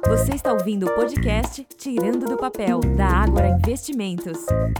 Você está ouvindo o podcast Tirando do Papel, da Ágora Investimentos.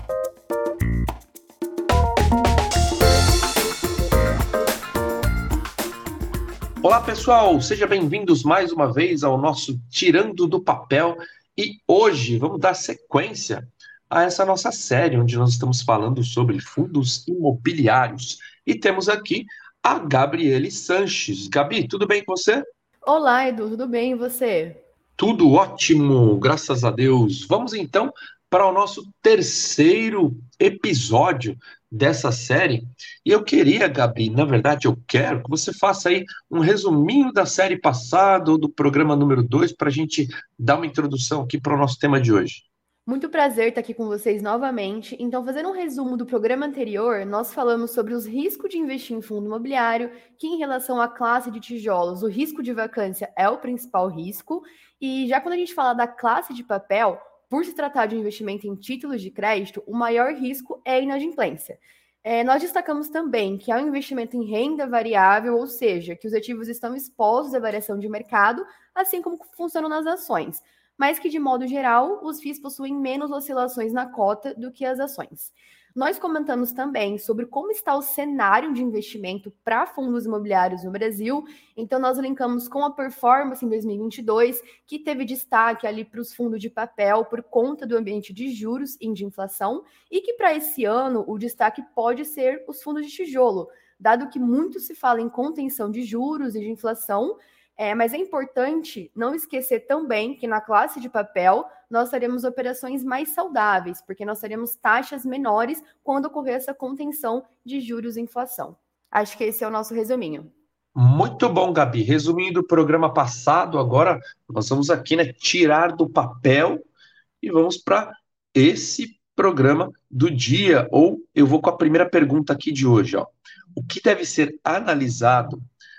Olá pessoal, sejam bem-vindos mais uma vez ao nosso Tirando do Papel e hoje vamos dar sequência a essa nossa série onde nós estamos falando sobre fundos imobiliários e temos aqui a Gabriele Sanches. Gabi, tudo bem com você? Olá, Edu, tudo bem e você? Tudo ótimo, graças a Deus. Vamos então para o nosso terceiro episódio dessa série. E eu queria, Gabi, na verdade eu quero que você faça aí um resuminho da série passada ou do programa número 2 para a gente dar uma introdução aqui para o nosso tema de hoje. Muito prazer estar aqui com vocês novamente. Então, fazendo um resumo do programa anterior, nós falamos sobre os riscos de investir em fundo imobiliário, que em relação à classe de tijolos, o risco de vacância é o principal risco. E já quando a gente fala da classe de papel, por se tratar de um investimento em títulos de crédito, o maior risco é a inadimplência. Nós destacamos também que há um investimento em renda variável, ou seja, que os ativos estão expostos à variação de mercado, assim como funcionam nas ações, mas que, de modo geral, os FIIs possuem menos oscilações na cota do que as ações. Nós comentamos também sobre como está o cenário de investimento para fundos imobiliários no Brasil, então nós linkamos com a performance em 2022, que teve destaque ali para os fundos de papel por conta do ambiente de juros e de inflação, e que para esse ano o destaque pode ser os fundos de tijolo, dado que muito se fala em contenção de juros e de inflação. Mas é importante não esquecer também que na classe de papel nós teremos operações mais saudáveis, porque nós teremos taxas menores quando ocorrer essa contenção de juros e inflação. Acho que esse é o nosso resuminho. Muito bom, Gabi. Resumindo o programa passado, agora nós vamos aqui, né, tirar do papel e vamos para esse programa do dia. Ou eu vou com a primeira pergunta aqui de hoje, ó. O que deve ser analisado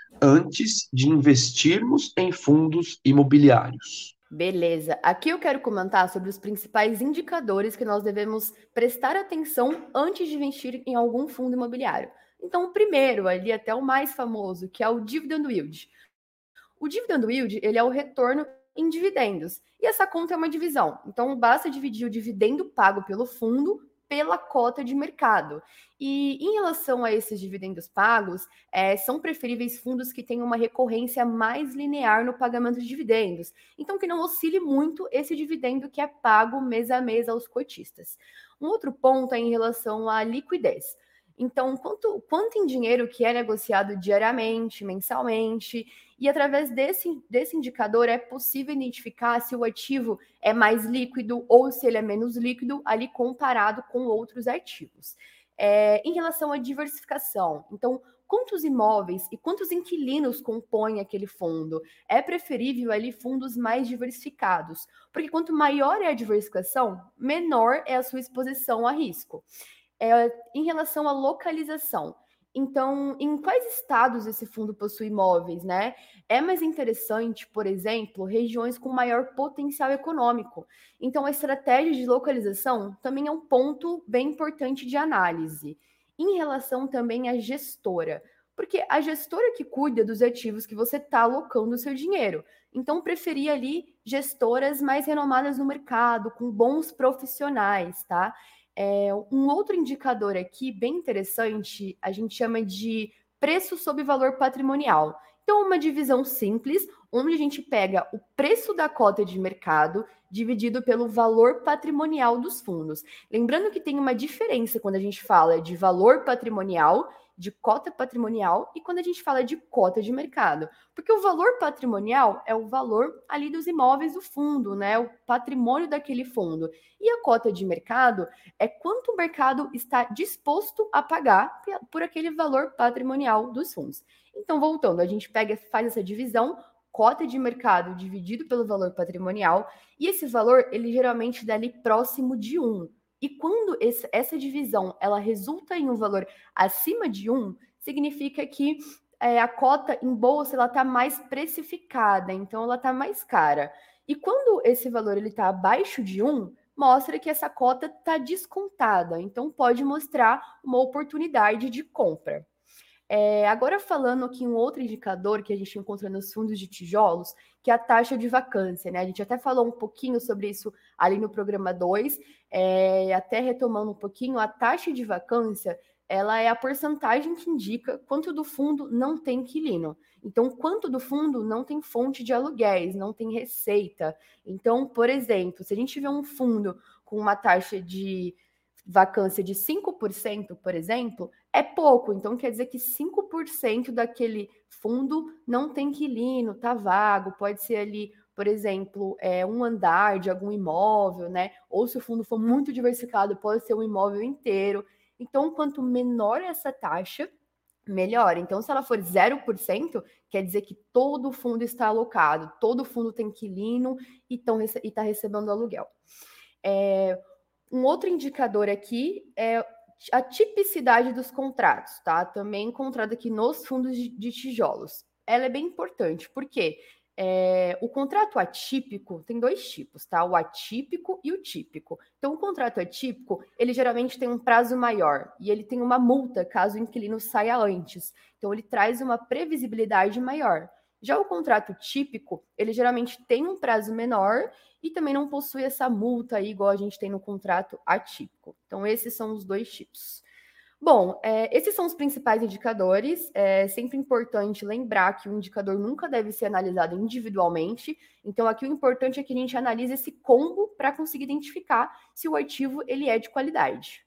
antes de investirmos em fundos imobiliários? Beleza. Aqui eu quero comentar sobre os principais indicadores que nós devemos prestar atenção antes de investir em algum fundo imobiliário. Então, o primeiro, ali até o mais famoso, que é o dividend yield. O dividend yield, ele é o retorno em dividendos. E essa conta é uma divisão. Então, basta dividir o dividendo pago pelo fundo pela cota de mercado. E em relação a esses dividendos pagos, são preferíveis fundos que tenham uma recorrência mais linear no pagamento de dividendos. Então, que não oscile muito esse dividendo que é pago mês a mês aos cotistas. Um outro ponto é em relação à liquidez. Então, quanto em dinheiro que é negociado diariamente, mensalmente, e através desse indicador é possível identificar se o ativo é mais líquido ou se ele é menos líquido, ali comparado com outros ativos. Em relação à diversificação, então, quantos imóveis e quantos inquilinos compõem aquele fundo? É preferível ali fundos mais diversificados, porque quanto maior é a diversificação, menor é a sua exposição a risco. Em relação à localização. Então, em quais estados esse fundo possui imóveis, né? É mais interessante, por exemplo, regiões com maior potencial econômico. Então, a estratégia de localização também é um ponto bem importante de análise. Em relação também à gestora, porque a gestora que cuida dos ativos que você está alocando o seu dinheiro. Então, preferir ali gestoras mais renomadas no mercado, com bons profissionais, tá? Um outro indicador aqui, bem interessante, a gente chama de preço sobre valor patrimonial. Então, uma divisão simples, onde a gente pega o preço da cota de mercado dividido pelo valor patrimonial dos fundos. Lembrando que tem uma diferença quando a gente fala de valor patrimonial, de cota patrimonial, e quando a gente fala de cota de mercado. Porque o valor patrimonial é o valor ali dos imóveis do fundo, né? O patrimônio daquele fundo. E a cota de mercado é quanto o mercado está disposto a pagar por aquele valor patrimonial dos fundos. Então, voltando, a gente faz essa divisão, cota de mercado dividido pelo valor patrimonial, e esse valor, ele geralmente dá ali próximo de 1. E quando essa divisão, ela resulta em um valor acima de 1, significa que a cota em bolsa, ela está mais precificada, então ela está mais cara. E quando esse valor está abaixo de 1, mostra que essa cota está descontada, então pode mostrar uma oportunidade de compra. Agora falando aqui um outro indicador que a gente encontra nos fundos de tijolos, que é a taxa de vacância, né? A gente até falou um pouquinho sobre isso ali no programa 2, até retomando um pouquinho, a taxa de vacância, ela é a porcentagem que indica quanto do fundo não tem inquilino. Então, quanto do fundo não tem fonte de aluguéis, não tem receita. Então, por exemplo, se a gente tiver um fundo com uma taxa de vacância de 5%, por exemplo, é pouco. Então, quer dizer que 5% daquele fundo não tem inquilino, tá vago, pode ser ali, por exemplo, um andar de algum imóvel, né? Ou se o fundo for muito diversificado, pode ser um imóvel inteiro. Então, quanto menor essa taxa, melhor. Então, se ela for 0%, quer dizer que todo o fundo está alocado, todo o fundo tem inquilino e está recebendo aluguel. Um outro indicador aqui é a tipicidade dos contratos, tá? Também encontrado aqui nos fundos de tijolos. Ela é bem importante, porque o contrato atípico tem dois tipos, tá? O atípico e o típico. Então, o contrato atípico, ele geralmente tem um prazo maior e ele tem uma multa caso o inquilino saia antes. Então, ele traz uma previsibilidade maior. Já o contrato típico, ele geralmente tem um prazo menor e também não possui essa multa aí, igual a gente tem no contrato atípico. Então, esses são os dois tipos. Bom, esses são os principais indicadores. É sempre importante lembrar que o indicador nunca deve ser analisado individualmente. Então, aqui o importante é que a gente analise esse combo para conseguir identificar se o ativo ele é de qualidade.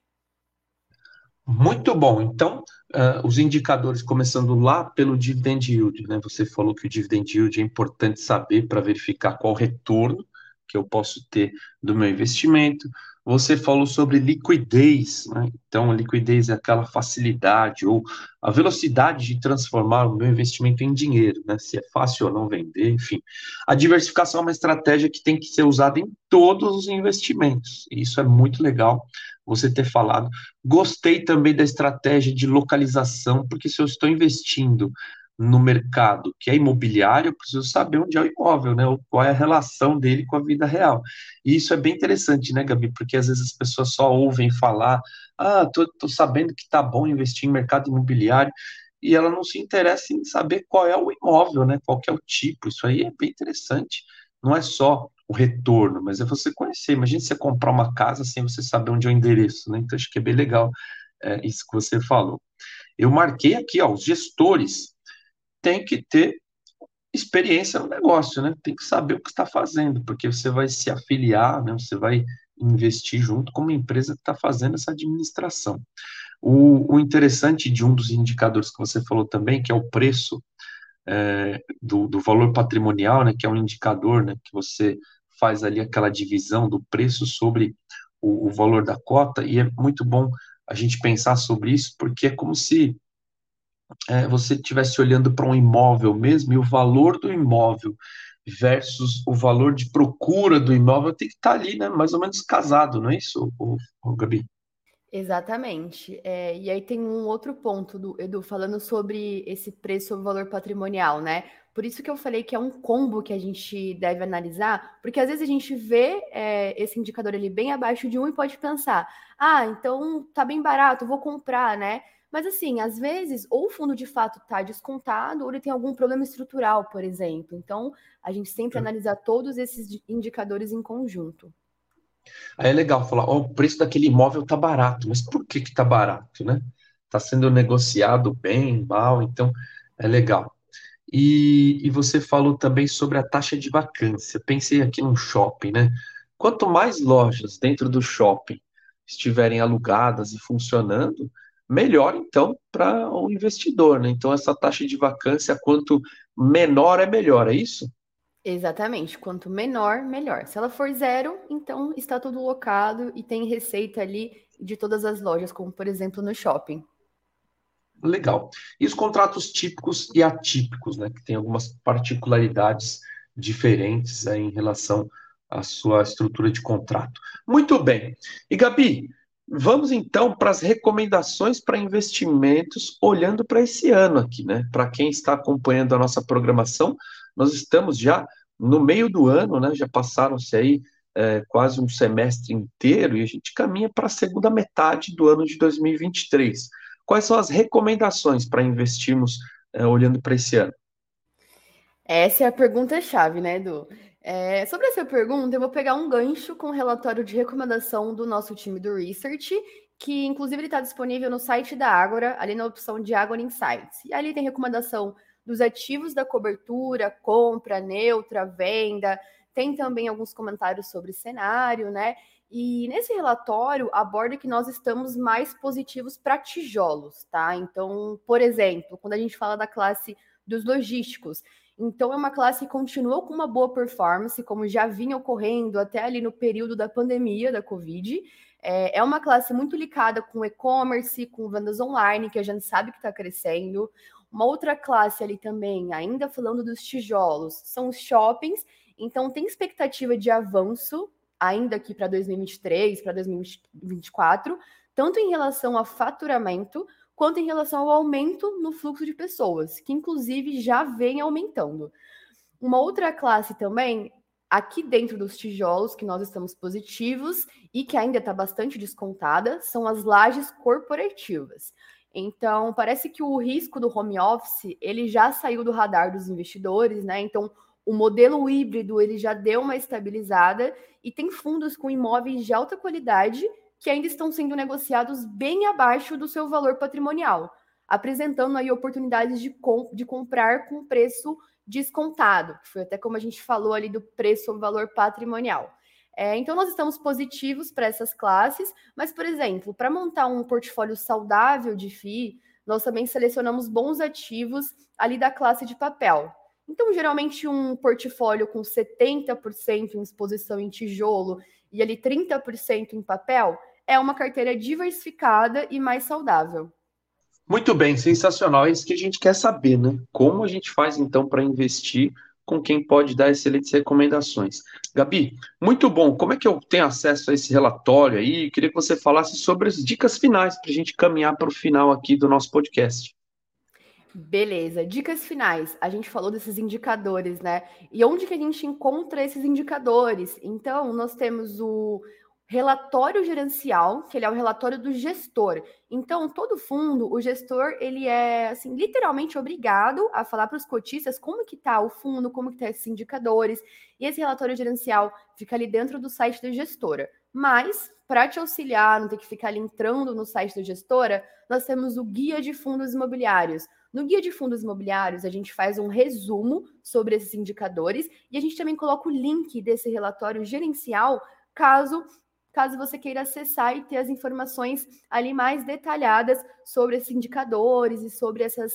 Muito bom. Então, os indicadores, começando lá pelo dividend yield, né? Você falou que o dividend yield é importante saber para verificar qual retorno que eu posso ter do meu investimento. Você falou sobre liquidez, né? Então, a liquidez é aquela facilidade ou a velocidade de transformar o meu investimento em dinheiro, né? Se é fácil ou não vender, enfim. A diversificação é uma estratégia que tem que ser usada em todos os investimentos. E isso é muito legal você ter falado. Gostei também da estratégia de localização, porque se eu estou investindo no mercado que é imobiliário, eu preciso saber onde é o imóvel, né? Qual é a relação dele com a vida real. E isso é bem interessante, né, Gabi? Porque às vezes as pessoas só ouvem falar, tô sabendo que tá bom investir em mercado imobiliário, e ela não se interessa em saber qual é o imóvel, né? Qual que é o tipo. Isso aí é bem interessante. Não é só o retorno, mas é você conhecer. Imagina você comprar uma casa sem você saber onde é o endereço, né? Então acho que é bem legal isso que você falou. Eu marquei aqui, ó, os gestores têm que ter experiência no negócio, né? Tem que saber o que está fazendo, porque você vai se afiliar, né? Você vai investir junto com uma empresa que está fazendo essa administração. O interessante de um dos indicadores que você falou também, que é o preço do valor patrimonial, né, que é um indicador, né, que você faz ali aquela divisão do preço sobre o valor da cota, e é muito bom a gente pensar sobre isso, porque é como se você estivesse olhando para um imóvel mesmo, e o valor do imóvel versus o valor de procura do imóvel tem que estar ali, né, mais ou menos casado, não é isso, Gabi? Exatamente. E aí tem um outro ponto, Edu, falando sobre esse preço ou valor patrimonial, né? Por isso que eu falei que é um combo que a gente deve analisar, porque às vezes a gente vê esse indicador ali bem abaixo de um e pode pensar, então tá bem barato, vou comprar, né? Mas assim, às vezes, ou o fundo de fato está descontado, ou ele tem algum problema estrutural, por exemplo. Então, a gente sempre analisa todos esses indicadores em conjunto. Aí é legal falar, ó, o preço daquele imóvel tá barato, mas por que que tá barato, né? Tá sendo negociado bem, mal, então é legal. E você falou também sobre a taxa de vacância. Pensei aqui num shopping, né? Quanto mais lojas dentro do shopping estiverem alugadas e funcionando, melhor então para o investidor, né? Então essa taxa de vacância, quanto menor é melhor, é isso? Exatamente. Quanto menor, melhor. Se ela for zero, então está tudo locado e tem receita ali de todas as lojas, como por exemplo no shopping. Legal. E os contratos típicos e atípicos, né? Que tem algumas particularidades diferentes aí em relação à sua estrutura de contrato. Muito bem. E Gabi, vamos então para as recomendações para investimentos, olhando para esse ano aqui, né? Para quem está acompanhando a nossa programação, nós estamos já no meio do ano, né? Já passaram-se aí quase um semestre inteiro e a gente caminha para a segunda metade do ano de 2023. Quais são as recomendações para investirmos olhando para esse ano? Essa é a pergunta-chave, né, Edu? Sobre essa pergunta, eu vou pegar um gancho com o relatório de recomendação do nosso time do Research, que inclusive ele está disponível no site da Ágora, ali na opção de Ágora Insights. E ali tem recomendação dos ativos da cobertura, compra, neutra, venda, tem também alguns comentários sobre cenário, né? E nesse relatório aborda que nós estamos mais positivos para tijolos, tá? Então, por exemplo, quando a gente fala da classe dos logísticos, então é uma classe que continua com uma boa performance, como já vinha ocorrendo até ali no período da pandemia da Covid. É uma classe muito ligada com e-commerce, com vendas online, que a gente sabe que está crescendo. Uma outra classe ali também, ainda falando dos tijolos, são os shoppings. Então tem expectativa de avanço ainda aqui para 2023, para 2024, tanto em relação a faturamento, quanto em relação ao aumento no fluxo de pessoas, que inclusive já vem aumentando. Uma outra classe também, aqui dentro dos tijolos, que nós estamos positivos e que ainda está bastante descontada, são as lajes corporativas. Então, parece que o risco do home office, ele já saiu do radar dos investidores, né? Então, o modelo híbrido, ele já deu uma estabilizada e tem fundos com imóveis de alta qualidade que ainda estão sendo negociados bem abaixo do seu valor patrimonial, apresentando aí oportunidades de comprar com preço descontado, que foi até como a gente falou ali do preço sobre valor patrimonial. Então, nós estamos positivos para essas classes, mas, por exemplo, para montar um portfólio saudável de FII, nós também selecionamos bons ativos ali da classe de papel. Então, geralmente, um portfólio com 70% em exposição em tijolo e ali 30% em papel é uma carteira diversificada e mais saudável. Muito bem, sensacional. É isso que a gente quer saber, né? Como a gente faz então para investir com quem pode dar excelentes recomendações. Gabi, muito bom. Como é que eu tenho acesso a esse relatório aí? Eu queria que você falasse sobre as dicas finais para a gente caminhar para o final aqui do nosso podcast. Beleza, dicas finais. A gente falou desses indicadores, né? E onde que a gente encontra esses indicadores? Então, nós temos o relatório gerencial, que ele é o relatório do gestor. Então, todo fundo, o gestor, ele é, assim, literalmente obrigado a falar para os cotistas como que tá o fundo, como que tá esses indicadores. E esse relatório gerencial fica ali dentro do site da gestora. Mas, para te auxiliar, não ter que ficar ali entrando no site da gestora, nós temos o Guia de Fundos Imobiliários. No Guia de Fundos Imobiliários, a gente faz um resumo sobre esses indicadores e a gente também coloca o link desse relatório gerencial, caso você queira acessar e ter as informações ali mais detalhadas sobre esses indicadores e sobre essas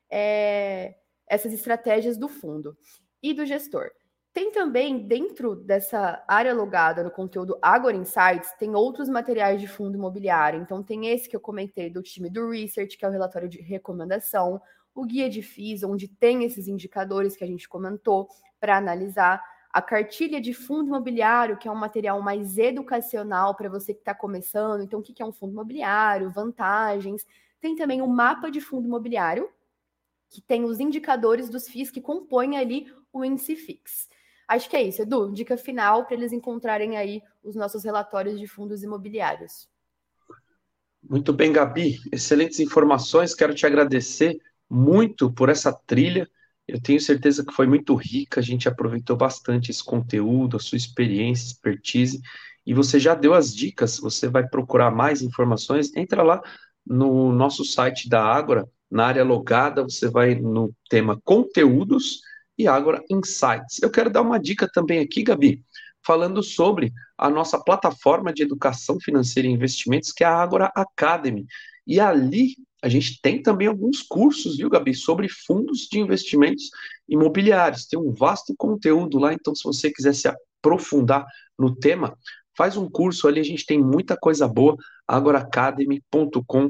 estratégias do fundo e do gestor. Tem também, dentro dessa área logada no conteúdo Agora Insights, tem outros materiais de fundo imobiliário. Então, tem esse que eu comentei do time do Research, que é o relatório de recomendação, o guia de FIIs, onde tem esses indicadores que a gente comentou para analisar, a cartilha de fundo imobiliário, que é um material mais educacional para você que está começando. Então, o que é um fundo imobiliário, vantagens. Tem também o mapa de fundo imobiliário, que tem os indicadores dos FIIs que compõem ali o índice FIX. Acho que é isso, Edu. Dica final para eles encontrarem aí os nossos relatórios de fundos imobiliários. Muito bem, Gabi. Excelentes informações. Quero te agradecer muito por essa trilha. Eu tenho certeza que foi muito rica. A gente aproveitou bastante esse conteúdo, a sua experiência, expertise. E você já deu as dicas. Você vai procurar mais informações. Entra lá no nosso site da Ágora, na área logada. Você vai no tema conteúdos e Ágora Insights. Eu quero dar uma dica também aqui, Gabi, falando sobre a nossa plataforma de educação financeira e investimentos, que é a Ágora Academy. E ali a gente tem também alguns cursos, viu, Gabi, sobre fundos de investimentos imobiliários. Tem um vasto conteúdo lá, então se você quiser se aprofundar no tema, faz um curso ali, a gente tem muita coisa boa, agoraacademy.com.br.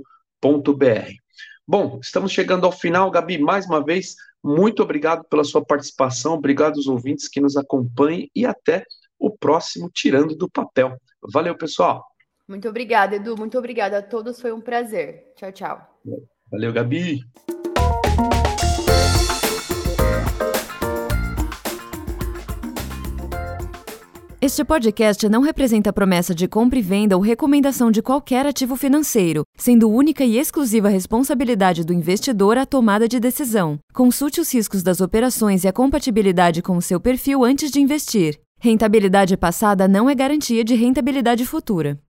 Bom, estamos chegando ao final, Gabi, mais uma vez, muito obrigado pela sua participação, obrigado aos ouvintes que nos acompanhem e até o próximo Tirando do Papel. Valeu, pessoal. Muito obrigada, Edu. Muito obrigada a todos. Foi um prazer. Tchau, tchau. Valeu, Gabi. Este podcast não representa promessa de compra e venda ou recomendação de qualquer ativo financeiro, sendo única e exclusiva responsabilidade do investidor a tomada de decisão. Consulte os riscos das operações e a compatibilidade com o seu perfil antes de investir. Rentabilidade passada não é garantia de rentabilidade futura.